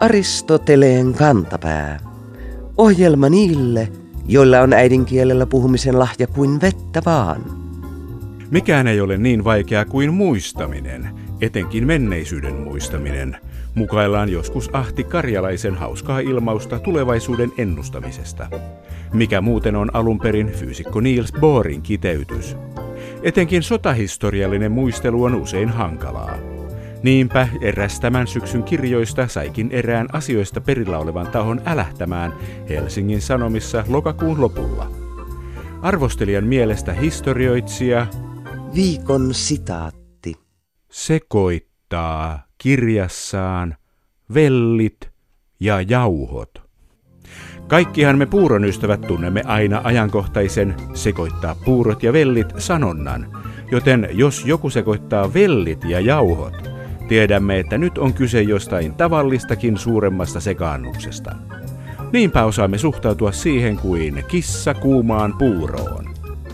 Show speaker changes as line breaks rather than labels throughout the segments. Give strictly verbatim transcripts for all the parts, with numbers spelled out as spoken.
Aristoteleen kantapää. Ohjelma niille, joilla on äidinkielellä puhumisen lahja kuin vettä vaan.
Mikään ei ole niin vaikeaa kuin muistaminen, etenkin menneisyyden muistaminen. Mukaillaan joskus Ahti Karjalaisen hauskaa ilmausta tulevaisuuden ennustamisesta. Mikä muuten on alun perin fyysikko Niels Bohrin kiteytys. Etenkin sotahistoriallinen muistelu on usein hankalaa. Niinpä eräs tämän syksyn kirjoista saikin erään asioista perillä olevan tahon älähtämään Helsingin Sanomissa lokakuun lopulla. Arvostelijan mielestä historioitsija
Viikon sitaatti
sekoittaa kirjassaan vellit ja jauhot. Kaikkihan me puuron ystävät tunnemme aina ajankohtaisen sekoittaa puurot ja vellit sanonnan, joten jos joku sekoittaa vellit ja jauhot, tiedämme, että nyt on kyse jostain tavallistakin suuremmasta sekaannuksesta. Niinpä osaamme suhtautua siihen kuin kissa kuumaan puuroon.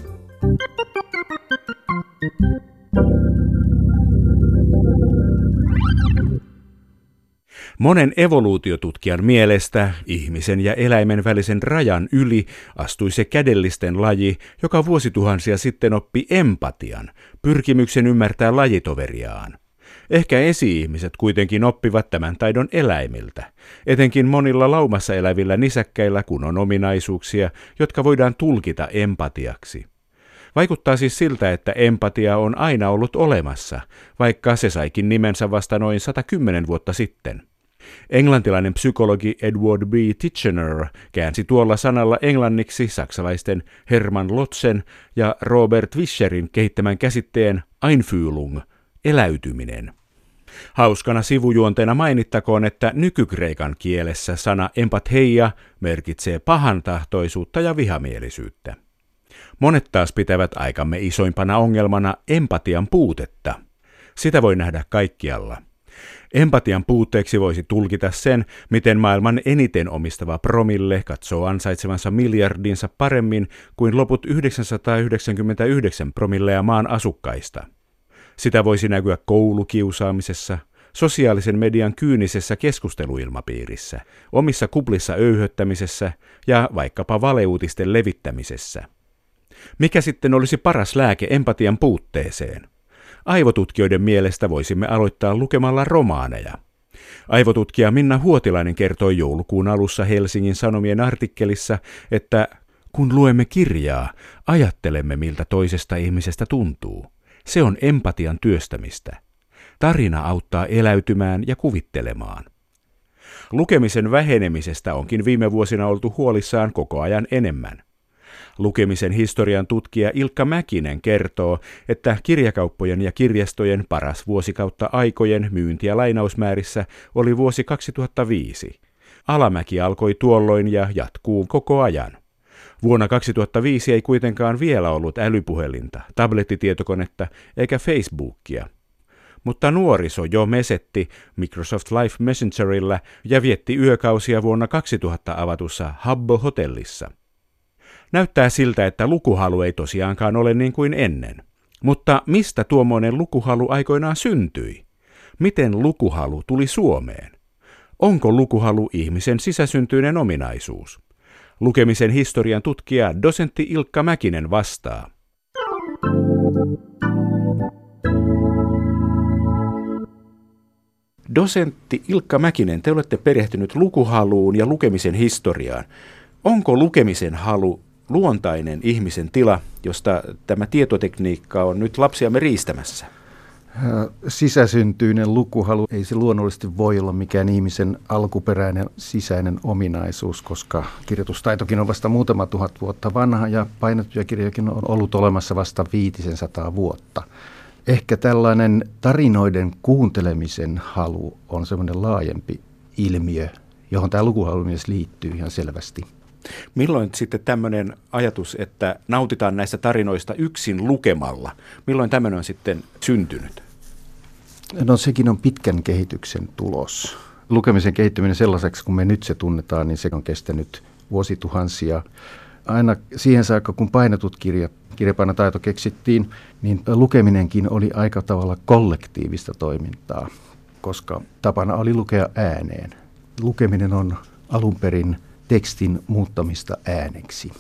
Monen evoluutiotutkijan mielestä ihmisen ja eläimen välisen rajan yli astui se kädellisten laji, joka vuosituhansia sitten oppi empatian, pyrkimyksen ymmärtää lajitoveriaan. Ehkä esi-ihmiset kuitenkin oppivat tämän taidon eläimiltä, etenkin monilla laumassa elävillä nisäkkäillä, kun on ominaisuuksia, jotka voidaan tulkita empatiaksi. Vaikuttaa siis siltä, että empatia on aina ollut olemassa, vaikka se saikin nimensä vasta noin sata kymmenen vuotta sitten. Englantilainen psykologi Edward B. Titchener käänsi tuolla sanalla englanniksi saksalaisten Hermann Lotzen ja Robert Wischerin kehittämän käsitteen Einfühlung, eläytyminen. Hauskana sivujuonteena mainittakoon, että nykykreikan kielessä sana empatheia merkitsee pahantahtoisuutta ja vihamielisyyttä. Monet taas pitävät aikamme isoimpana ongelmana empatian puutetta. Sitä voi nähdä kaikkialla. Empatian puutteeksi voisi tulkita sen, miten maailman eniten omistava promille katsoo ansaitsevansa miljardinsa paremmin kuin loput yhdeksänsataayhdeksänkymmentäyhdeksän promillea maan asukkaista. Sitä voisi näkyä koulukiusaamisessa, sosiaalisen median kyynisessä keskusteluilmapiirissä, omissa kuplissa öyhöttämisessä ja vaikkapa valeuutisten levittämisessä. Mikä sitten olisi paras lääke empatian puutteeseen? Aivotutkijoiden mielestä voisimme aloittaa lukemalla romaaneja. Aivotutkija Minna Huotilainen kertoi joulukuun alussa Helsingin Sanomien artikkelissa, että kun luemme kirjaa, ajattelemme miltä toisesta ihmisestä tuntuu. Se on empatian työstämistä. Tarina auttaa eläytymään ja kuvittelemaan. Lukemisen vähenemisestä onkin viime vuosina oltu huolissaan koko ajan enemmän. Lukemisen historian tutkija Ilkka Mäkinen kertoo, että kirjakauppojen ja kirjastojen paras vuosi kautta aikojen myynti- ja lainausmäärissä oli vuosi kaksituhattaviisi. Alamäki alkoi tuolloin ja jatkuu koko ajan. Vuonna kaksituhattaviisi ei kuitenkaan vielä ollut älypuhelinta, tablettitietokonetta eikä Facebookia. Mutta nuoriso jo mesetti Microsoft Live Messengerillä ja vietti yökausia vuonna kaksituhatta avatussa Habbo-hotellissa. Näyttää siltä, että lukuhalu ei tosiaankaan ole niin kuin ennen. Mutta mistä tuommoinen lukuhalu aikoinaan syntyi? Miten lukuhalu tuli Suomeen? Onko lukuhalu ihmisen sisäsyntyinen ominaisuus? Lukemisen historian tutkija dosentti Ilkka Mäkinen vastaa. Dosentti Ilkka Mäkinen, te olette perehtynyt lukuhaluun ja lukemisen historiaan. Onko lukemisen halu luontainen ihmisen tila, josta tämä tietotekniikka on nyt lapsiamme riistämässä?
Sisäsyntyinen lukuhalu ei se luonnollisesti voi olla mikään ihmisen alkuperäinen sisäinen ominaisuus, koska kirjoitustaitokin on vasta muutama tuhat vuotta vanha ja painettuja kirjojakin on ollut olemassa vasta viitisensataa vuotta. Ehkä tällainen tarinoiden kuuntelemisen halu on semmoinen laajempi ilmiö, johon tämä lukuhalu myös liittyy ihan selvästi.
Milloin sitten tämmöinen ajatus, että nautitaan näistä tarinoista yksin lukemalla, milloin tämmöinen on sitten syntynyt?
No sekin on pitkän kehityksen tulos. Lukemisen kehittyminen sellaiseksi, kun me nyt se tunnetaan, niin se on kestänyt vuosituhansia. Aina siihen saakka, kun painetut kirjat, kirjapainotaito keksittiin, niin lukeminenkin oli aika tavalla kollektiivista toimintaa, koska tapana oli lukea ääneen. Lukeminen on alun perin tekstin muuttamista ääneksi.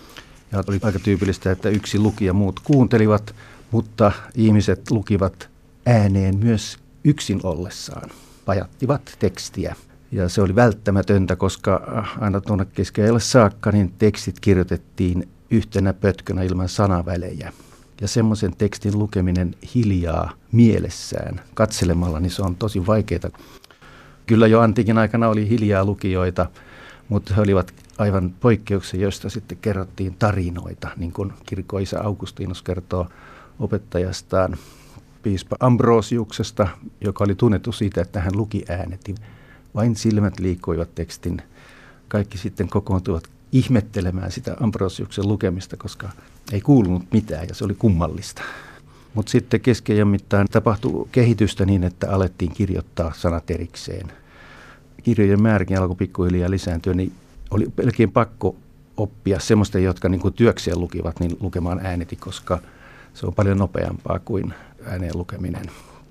Ja oli aika tyypillistä, että yksi luki ja muut kuuntelivat, mutta ihmiset lukivat ääneen myös yksin ollessaan, pajattivat tekstiä. Ja se oli välttämätöntä, koska aina tuonne keskelle saakka niin tekstit kirjoitettiin yhtenä pötkönä ilman sanavälejä. Ja semmoisen tekstin lukeminen hiljaa mielessään katselemalla, niin se on tosi vaikeaa. Kyllä jo antiikin aikana oli hiljaa lukijoita, mutta he olivat aivan poikkeuksia, joista sitten kerrottiin tarinoita, niin kuin kirkkoisä Augustinus kertoo opettajastaan piispa Ambrosiuksesta, joka oli tunnettu siitä, että hän luki äänetin. Vain silmät liikkuivat tekstin. Kaikki sitten kokoontuivat ihmettelemään sitä Ambrosiuksen lukemista, koska ei kuulunut mitään ja se oli kummallista. Mutta sitten keskeisen mittaan tapahtui kehitystä niin, että alettiin kirjoittaa sanat erikseen. Kirjojen määräkin alkoi pikkuhiljaa lisääntyä, niin oli melkein pakko oppia semmoista, jotka niin kuin työkseen lukivat, niin lukemaan äänetin, koska se on paljon nopeampaa kuin ääneen lukeminen.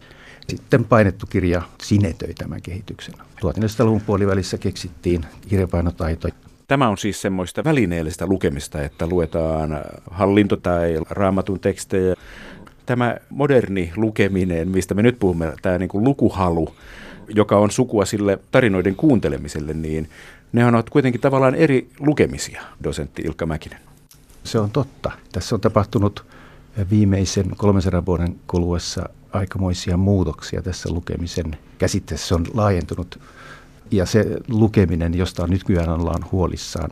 Sitten painettu kirja sinetöi tämän kehityksen. tuhatneljäsataaluvun puolivälissä keksittiin kirjapainotaito.
Tämä on siis semmoista välineellistä lukemista, että luetaan hallinto- tai raamatun tekstejä. Tämä moderni lukeminen, mistä me nyt puhumme, tämä niin kuin lukuhalu, joka on sukua sille tarinoiden kuuntelemiselle, niin ne on kuitenkin tavallaan eri lukemisia, dosentti Ilkka Mäkinen.
Se on totta. Tässä on tapahtunut viimeisen kolmensadan vuoden kuluessa aikamoisia muutoksia tässä lukemisen käsitteessä. Se on laajentunut ja se lukeminen, josta nykyään ollaan huolissaan,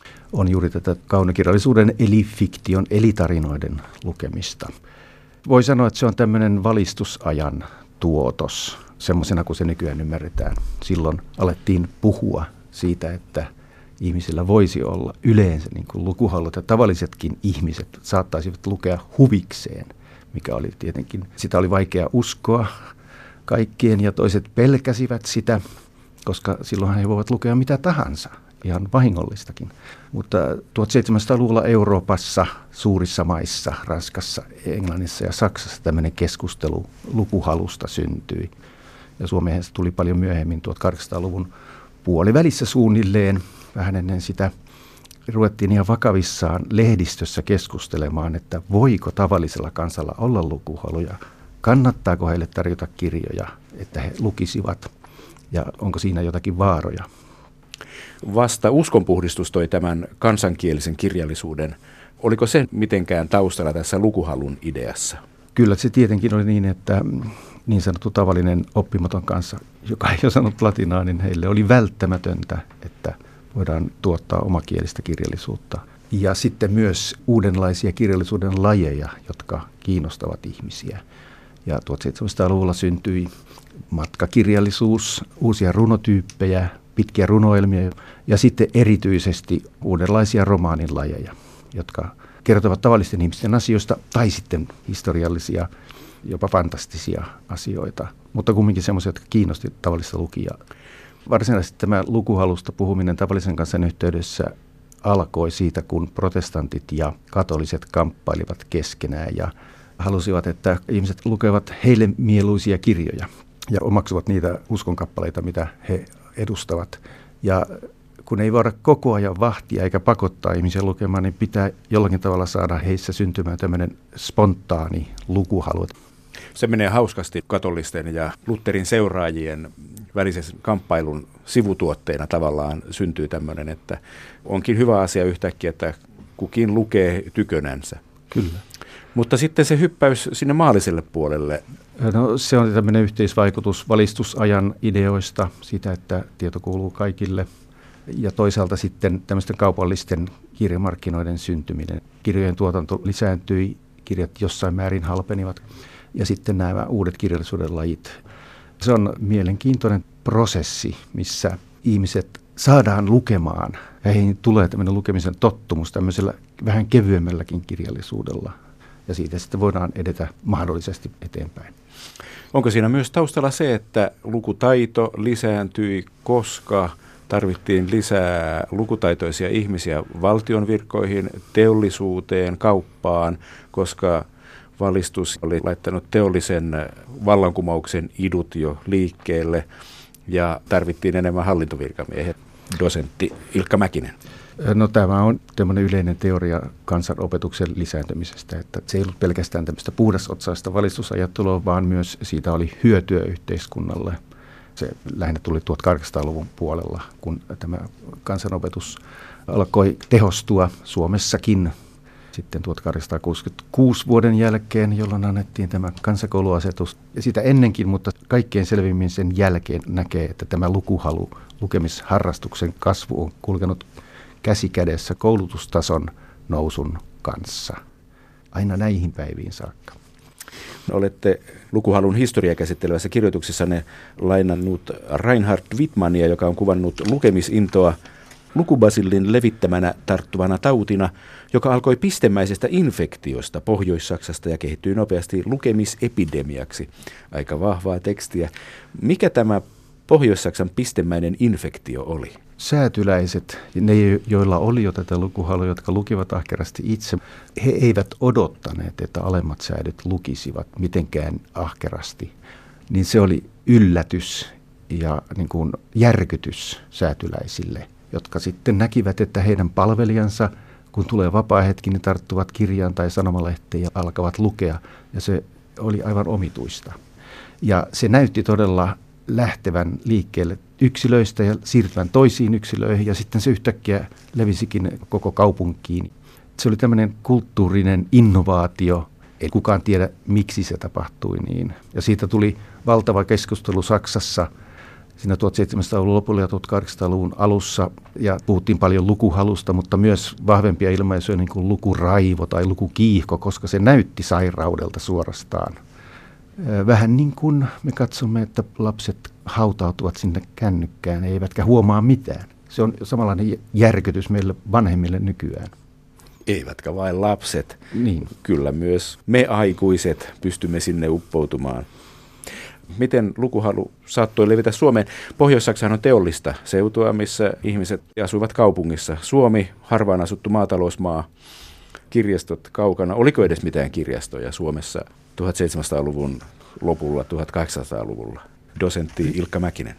on juuri tätä kaunokirjallisuuden eli fiktion eli tarinoiden lukemista. Voi sanoa, että se on tämmöinen valistusajan tuotos, semmoisena kuin se nykyään ymmärretään. Silloin alettiin puhua siitä, että ihmisillä voisi olla yleensä niin kuin lukuhallut ja tavallisetkin ihmiset saattaisivat lukea huvikseen, mikä oli tietenkin, sitä oli vaikea uskoa kaikkien ja toiset pelkäsivät sitä, koska silloinhan he voivat lukea mitä tahansa, ihan vahingollistakin. Mutta tuhatseitsemänsataaluvulla Euroopassa, suurissa maissa, Ranskassa, Englannissa ja Saksassa tämmöinen keskustelu lukuhalusta syntyi. Ja Suomeen se tuli paljon myöhemmin tuhatkahdeksansataaluvun puolivälissä suunnilleen. Vähän ennen sitä ruvettiin ihan vakavissaan lehdistössä keskustelemaan, että voiko tavallisella kansalla olla lukuhaluja, kannattaako heille tarjota kirjoja, että he lukisivat ja onko siinä jotakin vaaroja.
Vasta uskonpuhdistus toi tämän kansankielisen kirjallisuuden. Oliko se mitenkään taustalla tässä lukuhalun ideassa?
Kyllä se tietenkin oli niin, että niin sanottu tavallinen oppimaton kansa, joka ei osannut latinaa, niin heille oli välttämätöntä, että voidaan tuottaa omakielistä kirjallisuutta. Ja sitten myös uudenlaisia kirjallisuuden lajeja, jotka kiinnostavat ihmisiä. Ja tuhatseitsemänsataaluvulla syntyi matkakirjallisuus, uusia runotyyppejä, pitkiä runoelmia ja sitten erityisesti uudenlaisia romaanin lajeja, jotka kertovat tavallisten ihmisten asioista tai sitten historiallisia, jopa fantastisia asioita, mutta kumminkin semmoisia, jotka kiinnosti tavallista lukijaa. Varsinaisesti tämä lukuhalusta puhuminen tavallisen kansan yhteydessä alkoi siitä, kun protestantit ja katoliset kamppailivat keskenään ja halusivat, että ihmiset lukevat heille mieluisia kirjoja ja omaksuvat niitä uskonkappaleita, mitä he edustavat. Ja kun ei voida koko ajan vahtia eikä pakottaa ihmisiä lukemaan, niin pitää jollakin tavalla saada heissä syntymään tämmöinen spontaani lukuhalu.
Se menee hauskasti katolisten ja Lutherin seuraajien välisen kamppailun sivutuotteena tavallaan syntyy tämmöinen, että onkin hyvä asia yhtäkkiä, että kukin lukee tykönänsä.
Kyllä.
Mutta sitten se hyppäys sinne maalliselle puolelle.
No, se on tämmöinen yhteisvaikutus valistusajan ideoista, sitä, että tieto kuuluu kaikille. Ja toisaalta sitten tämmöisten kaupallisten kirjamarkkinoiden syntyminen. Kirjojen tuotanto lisääntyi, kirjat jossain määrin halpenivat. Ja sitten nämä uudet kirjallisuuden lajit. Se on mielenkiintoinen prosessi, missä ihmiset saadaan lukemaan. Ja heihin tulee tämmöinen lukemisen tottumus tämmöisellä vähän kevyemmälläkin kirjallisuudella. Ja siitä sitten voidaan edetä mahdollisesti eteenpäin.
Onko siinä myös taustalla se, että lukutaito lisääntyi, koska tarvittiin lisää lukutaitoisia ihmisiä valtion virkoihin, teollisuuteen, kauppaan, koska valistus oli laittanut teollisen vallankumouksen idut jo liikkeelle ja tarvittiin enemmän hallintovirkamiehiä. Dosentti Ilkka Mäkinen.
No tämä on tämmöinen yleinen teoria kansanopetuksen lisääntymisestä, että se ei ollut pelkästään tämmöistä puhdasotsaista valistusajattelua, vaan myös siitä oli hyötyä yhteiskunnalle. Se lähinnä tuli tuhatkahdeksansataaluvun puolella, kun tämä kansanopetus alkoi tehostua Suomessakin sitten tuhatkahdeksansataakuusikymmentäkuusi vuoden jälkeen, jolloin annettiin tämä kansakouluasetus. Ja sitä ennenkin, mutta kaikkein selvimmin sen jälkeen näkee, että tämä lukuhalu, lukemisharrastuksen kasvu on kulkenut käsi kädessä koulutustason nousun kanssa. Aina näihin päiviin saakka.
Olette lukuhalun historiaa käsittelevässä kirjoituksessanne lainannut Reinhard Wittmannia, joka on kuvannut lukemisintoa lukubasillin levittämänä tarttuvana tautina, joka alkoi pistemäisestä infektiosta Pohjois-Saksasta ja kehittyi nopeasti lukemisepidemiaksi. Aika vahvaa tekstiä. Mikä tämä Pohjois-Saksan pistemäinen infektio oli?
Säätyläiset, ne joilla oli jo tätä lukuhalua, jotka lukivat ahkerasti itse, he eivät odottaneet, että alemmat säädyt lukisivat mitenkään ahkerasti. Niin se oli yllätys ja niin kuin järkytys säätyläisille, jotka sitten näkivät, että heidän palvelijansa, kun tulee vapaa hetki, niin tarttuvat kirjaan tai sanomalehteen ja alkavat lukea. Ja se oli aivan omituista. Ja se näytti todella lähtevän liikkeelle yksilöistä ja siirtyvän toisiin yksilöihin, ja sitten se yhtäkkiä levisikin koko kaupunkiin. Se oli tämmöinen kulttuurinen innovaatio, ei kukaan tiedä miksi se tapahtui niin. Ja siitä tuli valtava keskustelu Saksassa siinä tuhatseitsemänsataaluvun lopulla ja tuhatkahdeksansataaluvun alussa, ja puhuttiin paljon lukuhalusta, mutta myös vahvempia ilmaisuja niin kuin lukuraivo tai lukukiihko, koska se näytti sairaudelta suorastaan. Vähän niin kuin me katsomme, että lapset hautautuvat sinne kännykkään, eivätkä huomaa mitään. Se on samanlainen järkytys meille vanhemmille nykyään.
Eivätkä vain lapset.
Niin.
Kyllä myös me aikuiset pystymme sinne uppoutumaan. Miten lukuhalu saattoi levitä Suomeen? Pohjois-Saksahan on teollista seutua, missä ihmiset asuivat kaupungissa. Suomi, harvaan asuttu maatalousmaa, kirjastot kaukana. Oliko edes mitään kirjastoja Suomessa tuhatseitsemänsataaluvun lopulla, tuhatkahdeksansataaluvulla? Dosentti Ilkka Mäkinen.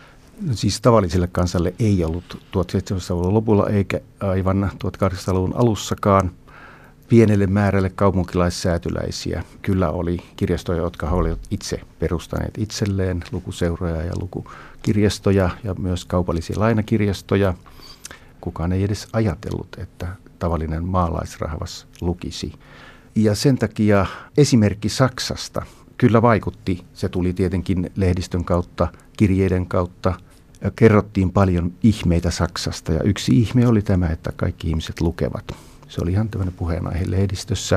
No siis tavalliselle kansalle ei ollut tuhatseitsemänsataaluvun lopulla eikä aivan tuhatkahdeksansataaluvun alussakaan. Pienelle määrälle kaupunkilaissäätyläisiä kyllä oli kirjastoja, jotka he olivat itse perustaneet itselleen, lukuseuroja ja lukukirjastoja ja myös kaupallisia lainakirjastoja. Kukaan ei edes ajatellut, että tavallinen maalaisrahvas lukisi. Ja sen takia esimerkki Saksasta kyllä vaikutti. Se tuli tietenkin lehdistön kautta, kirjeiden kautta. Ja kerrottiin paljon ihmeitä Saksasta, ja yksi ihme oli tämä, että kaikki ihmiset lukevat. Se oli ihan tämmöinen puheenaihe lehdistössä,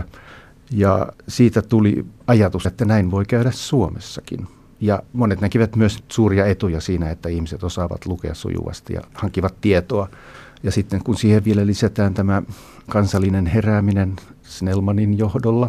ja siitä tuli ajatus, että näin voi käydä Suomessakin. Ja monet näkivät myös suuria etuja siinä, että ihmiset osaavat lukea sujuvasti ja hankivat tietoa. Ja sitten kun siihen vielä lisätään tämä kansallinen herääminen Snellmanin johdolla,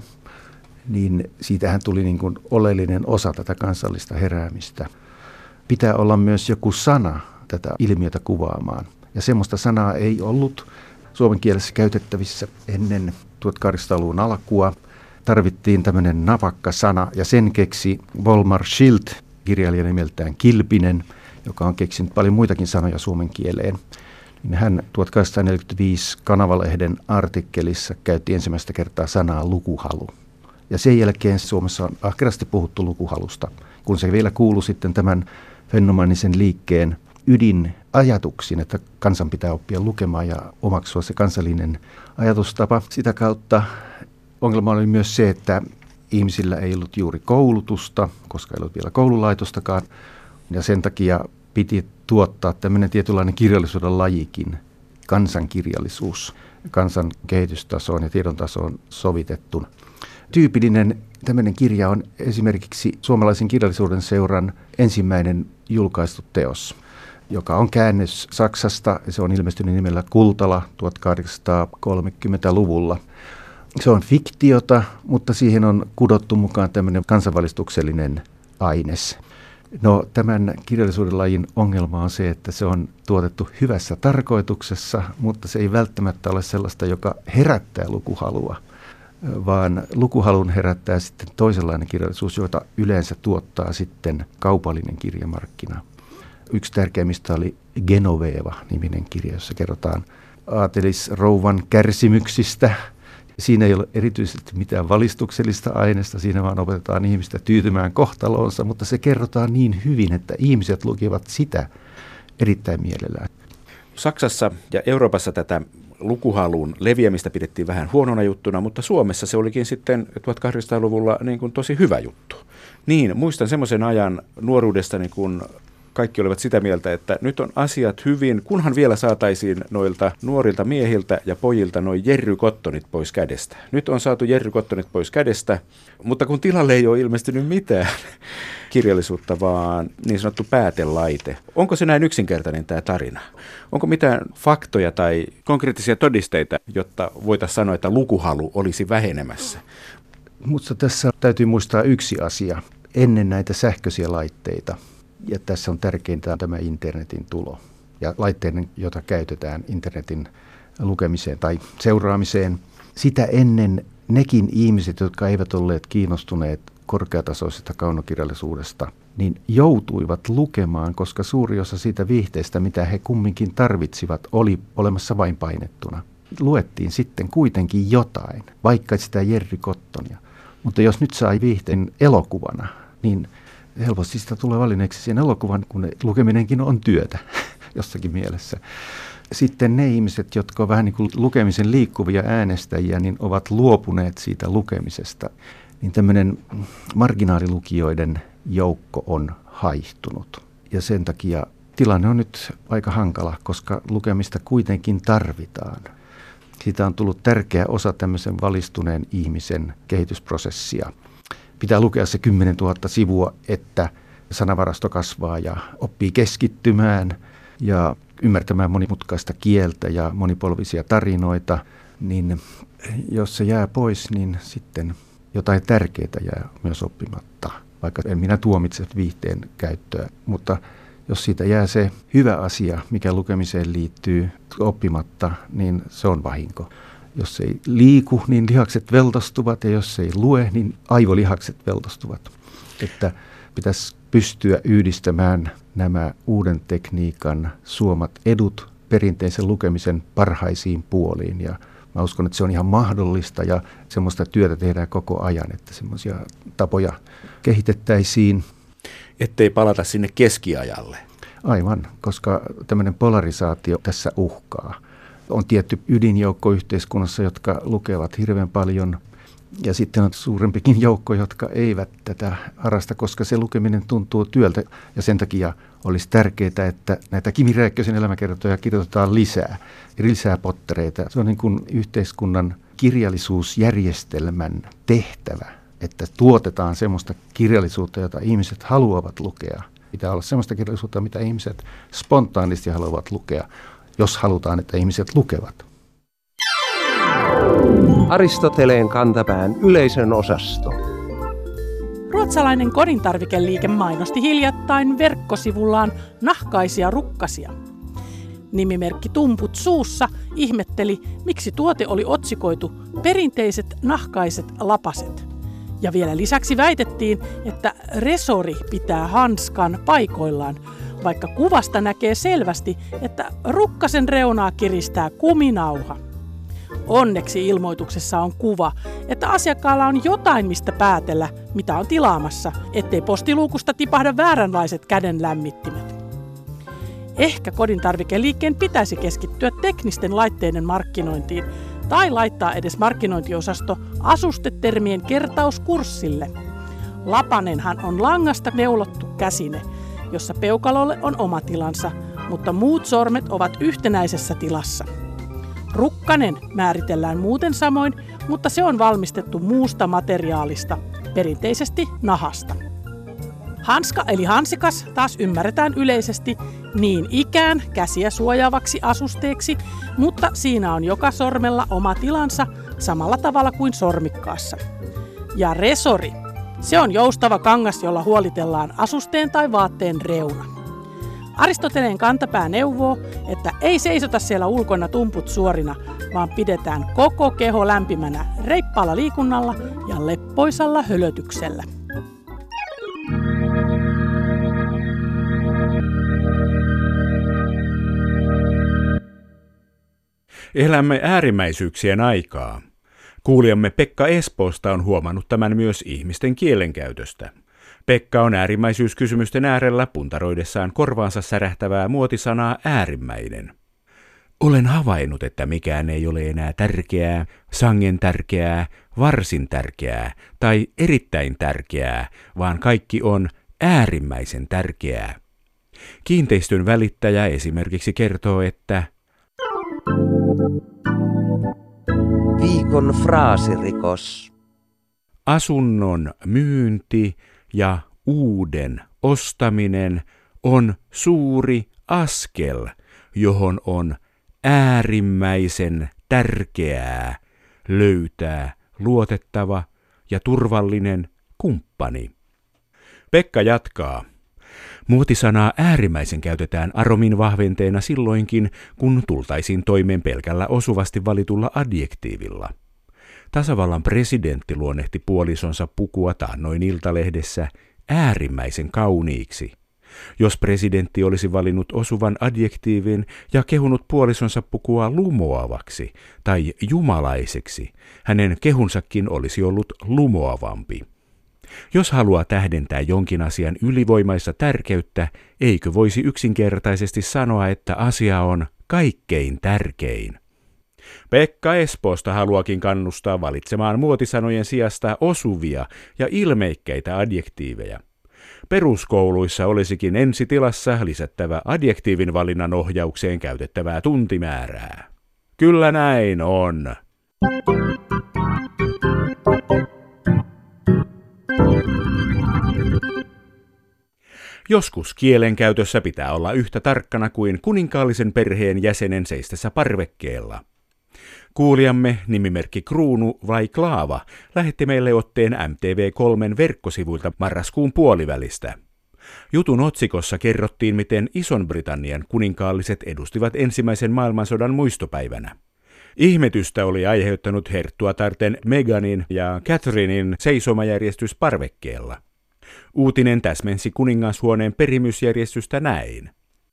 niin siitähän tuli niin kuin oleellinen osa tätä kansallista heräämistä. Pitää olla myös joku sana tätä ilmiötä kuvaamaan. Ja semmoista sanaa ei ollut suomen kielessä käytettävissä ennen tuhatkahdeksansataaluvun alkua. Tarvittiin tämmöinen napakka sana, ja sen keksi Volmar Schild, kirjailija nimeltään Kilpinen, joka on keksinyt paljon muitakin sanoja suomen kieleen. Hän tuhatkahdeksansataaneljäkymmentäviisi Kanavalehden artikkelissa käytti ensimmäistä kertaa sanaa lukuhalu. Ja sen jälkeen Suomessa on ahkerasti puhuttu lukuhalusta, kun se vielä kuului sitten tämän fenomenisen liikkeen ydinajatuksiin, että kansan pitää oppia lukemaan ja omaksua se kansallinen ajatustapa. Sitä kautta ongelma oli myös se, että ihmisillä ei ollut juuri koulutusta, koska ei ollut vielä koululaitostakaan, ja sen takia piti tuottaa tämmöinen tietynlainen kirjallisuuden lajikin, kansankirjallisuus, kansan kehitystasoon ja tiedon tasoon sovitettuna. Tyypillinen tämmöinen kirja on esimerkiksi Suomalaisen kirjallisuuden seuran ensimmäinen julkaistu teos, joka on käännös Saksasta. Se on ilmestynyt nimellä Kultala tuhatkahdeksansataakolmekymmentäluvulla. Se on fiktiota, mutta siihen on kudottu mukaan tämmöinen kansanvalistuksellinen aines. No, tämän kirjallisuuden lajin ongelma on se, että se on tuotettu hyvässä tarkoituksessa, mutta se ei välttämättä ole sellaista, joka herättää lukuhalua, vaan lukuhalun herättää sitten toisenlainen kirjallisuus, jota yleensä tuottaa sitten kaupallinen kirjamarkkina. Yksi tärkeimmistä oli Genoveva-niminen kirja, jossa kerrotaan aatelisrouvan kärsimyksistä. Siinä ei ole erityisesti mitään valistuksellista aineesta, siinä vaan opetetaan ihmistä tyytymään kohtaloonsa, mutta se kerrotaan niin hyvin, että ihmiset lukivat sitä erittäin mielellään.
Saksassa ja Euroopassa tätä lukuhalun leviämistä pidettiin vähän huonona juttuna, mutta Suomessa se olikin sitten tuhatkahdeksansataaluvulla niin kuin tosi hyvä juttu. Niin, muistan semmoisen ajan nuoruudestani, kun kaikki olivat sitä mieltä, että nyt on asiat hyvin, kunhan vielä saataisiin noilta nuorilta miehiltä ja pojilta noin Jerry Cottonit pois kädestä. Nyt on saatu Jerry Cottonit pois kädestä, mutta kun tilalle ei ole ilmestynyt mitään kirjallisuutta, vaan niin sanottu päätelaite. Onko se näin yksinkertainen tämä tarina? Onko mitään faktoja tai konkreettisia todisteita, jotta voitaisiin sanoa, että lukuhalu olisi vähenemässä?
Mutta tässä täytyy muistaa yksi asia. Ennen näitä sähköisiä laitteita, ja tässä on tärkeintä tämä internetin tulo ja laitteiden, jota käytetään internetin lukemiseen tai seuraamiseen. Sitä ennen nekin ihmiset, jotka eivät olleet kiinnostuneet korkeatasoisesta kaunokirjallisuudesta, niin joutuivat lukemaan, koska suuri osa siitä viihteestä, mitä he kumminkin tarvitsivat, oli olemassa vain painettuna. Luettiin sitten kuitenkin jotain, vaikka sitä Jerry Cottonia. Mutta jos nyt sai viihteen elokuvana, niin helposti sitä tulee valinneeksi siihen elokuvan, kun lukeminenkin on työtä jossakin mielessä. Sitten ne ihmiset, jotka ovat vähän niin kuin lukemisen liikkuvia äänestäjiä, niin ovat luopuneet siitä lukemisesta. Niin tämmöinen marginaalilukijoiden joukko on haihtunut. Ja sen takia tilanne on nyt aika hankala, koska lukemista kuitenkin tarvitaan. Siitä on tullut tärkeä osa tämmöisen valistuneen ihmisen kehitysprosessia. Pitää lukea se kymmenen tuhatta sivua, että sanavarasto kasvaa ja oppii keskittymään ja ymmärtämään monimutkaista kieltä ja monipolvisia tarinoita. Niin jos se jää pois, niin sitten jotain tärkeää jää myös oppimatta. Vaikka en minä tuomitse viihteen käyttöä, mutta jos siitä jää se hyvä asia, mikä lukemiseen liittyy, oppimatta, niin se on vahinko. Jos ei liiku, niin lihakset veltostuvat, ja jos ei lue, niin aivolihakset veltostuvat. Että pitäisi pystyä yhdistämään nämä uuden tekniikan suomat edut perinteisen lukemisen parhaisiin puoliin. Ja mä uskon, että se on ihan mahdollista, ja semmoista työtä tehdään koko ajan, että semmoisia tapoja kehitettäisiin.
Ettei palata sinne keskiajalle.
Aivan, koska tämmöinen polarisaatio tässä uhkaa. On tietty ydinjoukko yhteiskunnassa, jotka lukevat hirveän paljon, ja sitten on suurempikin joukko, jotka eivät tätä harrasta, koska se lukeminen tuntuu työltä, ja sen takia olisi tärkeää, että näitä Kimi Räikkösen elämäkertoja kirjoitetaan lisää, lisää pottereita. Se on niin kuin yhteiskunnan kirjallisuusjärjestelmän tehtävä, että tuotetaan semmoista kirjallisuutta, jota ihmiset haluavat lukea. Pitää olla semmoista kirjallisuutta, mitä ihmiset spontaanisti haluavat lukea, jos halutaan, että ihmiset lukevat.
Aristoteleen kantapään yleisön osasto.
Ruotsalainen kodintarvikeliike mainosti hiljattain verkkosivullaan nahkaisia rukkasia. Nimimerkki Tumput suussa ihmetteli, miksi tuote oli otsikoitu perinteiset nahkaiset lapaset. Ja vielä lisäksi väitettiin, että resori pitää hanskan paikoillaan, vaikka kuvasta näkee selvästi, että rukkasen reunaa kiristää kuminauha. Onneksi ilmoituksessa on kuva, että asiakkaalla on jotain mistä päätellä, mitä on tilaamassa, ettei postiluukusta tipahda vääränlaiset käden lämmittimet. Ehkä kodintarvikeliikkeen pitäisi keskittyä teknisten laitteiden markkinointiin tai laittaa edes markkinointiosasto asustetermien kertauskurssille. Lapanenhan on langasta neulottu käsine, jossa peukalolle on oma tilansa, mutta muut sormet ovat yhtenäisessä tilassa. Rukkanen määritellään muuten samoin, mutta se on valmistettu muusta materiaalista, perinteisesti nahasta. Hanska eli hansikas taas ymmärretään yleisesti niin ikään käsiä suojaavaksi asusteeksi, mutta siinä on joka sormella oma tilansa samalla tavalla kuin sormikkaassa. Ja resori, se on joustava kangas, jolla huolitellaan asusteen tai vaatteen reuna. Aristoteleen kantapää neuvoo, että ei seisota siellä ulkona tumput suorina, vaan pidetään koko keho lämpimänä reippaalla liikunnalla ja leppoisalla hölötyksellä.
Elämme äärimmäisyyksien aikaa. Kuulijamme Pekka Espoosta on huomannut tämän myös ihmisten kielenkäytöstä. Pekka on äärimmäisyyskysymysten äärellä puntaroidessaan korvaansa särähtävää muotisanaa äärimmäinen. Olen havainnut, että mikään ei ole enää tärkeää, sangen tärkeää, varsin tärkeää tai erittäin tärkeää, vaan kaikki on äärimmäisen tärkeää. Kiinteistön välittäjä esimerkiksi kertoo, että
Viikon fraasirikos.
Asunnon myynti ja uuden ostaminen on suuri askel, johon on äärimmäisen tärkeää löytää luotettava ja turvallinen kumppani. Pekka jatkaa. Muotisanaa äärimmäisen käytetään aromin vahventeena silloinkin, kun tultaisiin toimeen pelkällä osuvasti valitulla adjektiivilla. Tasavallan presidentti luonnehti puolisonsa pukua taannoin Iltalehdessä äärimmäisen kauniiksi. Jos presidentti olisi valinnut osuvan adjektiivin ja kehunut puolisonsa pukua lumoavaksi tai jumalaiseksi, hänen kehunsakin olisi ollut lumoavampi. Jos haluaa tähdentää jonkin asian ylivoimaista tärkeyttä, eikö voisi yksinkertaisesti sanoa, että asia on kaikkein tärkein? Pekka Espoosta haluakin kannustaa valitsemaan muotisanojen sijasta osuvia ja ilmeikkäitä adjektiiveja. Peruskouluissa olisikin ensitilassa lisättävä adjektiivin valinnan ohjaukseen käytettävää tuntimäärää. Kyllä näin on. Joskus kielenkäytössä pitää olla yhtä tarkkana kuin kuninkaallisen perheen jäsenen seistessä parvekkeella. Kuulijamme nimimerkki Kruunu vai Klaava lähetti meille otteen M T V kolmen verkkosivuilta marraskuun puolivälistä. Jutun otsikossa kerrottiin, miten Ison-Britannian kuninkaalliset edustivat ensimmäisen maailmansodan muistopäivänä. Ihmetystä oli aiheuttanut herttuatarten Meghanin ja Catherinein seisomajärjestys parvekkeella. Uutinen täsmensi kuningashuoneen perimysjärjestystä näin.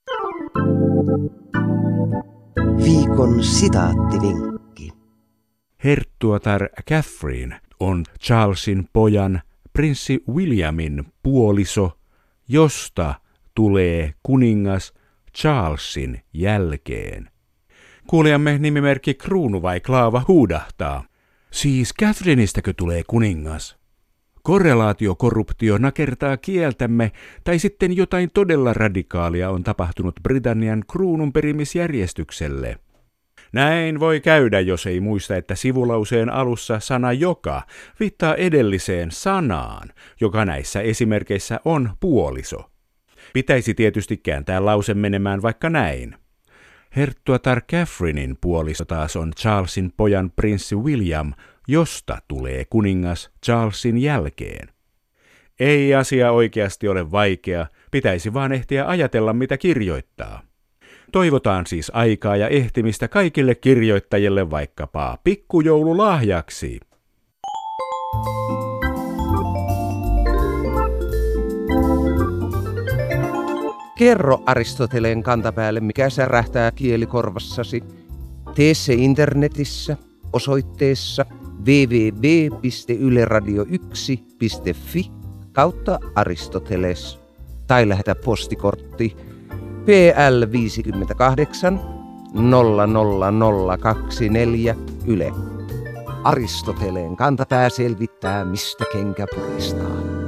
Viikon sitaattivinkki.
Herttuatar Catherine on Charlesin pojan prinssi Williamin puoliso, josta tulee kuningas Charlesin jälkeen. Kuulijamme nimimerkki Kruunu vai Klaava huudahtaa. Siis Catherinestäkö tulee kuningas? Korrelaatiokorruptio nakertaa kieltämme, tai sitten jotain todella radikaalia on tapahtunut Britannian kruunun perimisjärjestykselle. Näin voi käydä, jos ei muista, että sivulauseen alussa sana joka viittaa edelliseen sanaan, joka näissä esimerkeissä on puoliso. Pitäisi tietysti kääntää lause menemään vaikka näin. Herttuatar Catherinein puoliso taas on Charlesin pojan prinssi William, josta tulee kuningas Charlesin jälkeen. Ei asia oikeasti ole vaikea, pitäisi vaan ehtiä ajatella mitä kirjoittaa. Toivotaan siis aikaa ja ehtimistä kaikille kirjoittajille vaikkapa pikkujoululahjaksi.
Kerro Aristoteleen kantapäälle, mikä särähtää kielikorvassasi. Tee se internetissä osoitteessa double-u double-u double-u piste yle radio yksi piste fi kautta Aristoteles tai lähetä postikortti P L viisikymmentäkahdeksan nolla nolla nolla kaksikymmentäneljä Yle. Aristoteleen kantapää selvittää, mistä kenkä puristaa.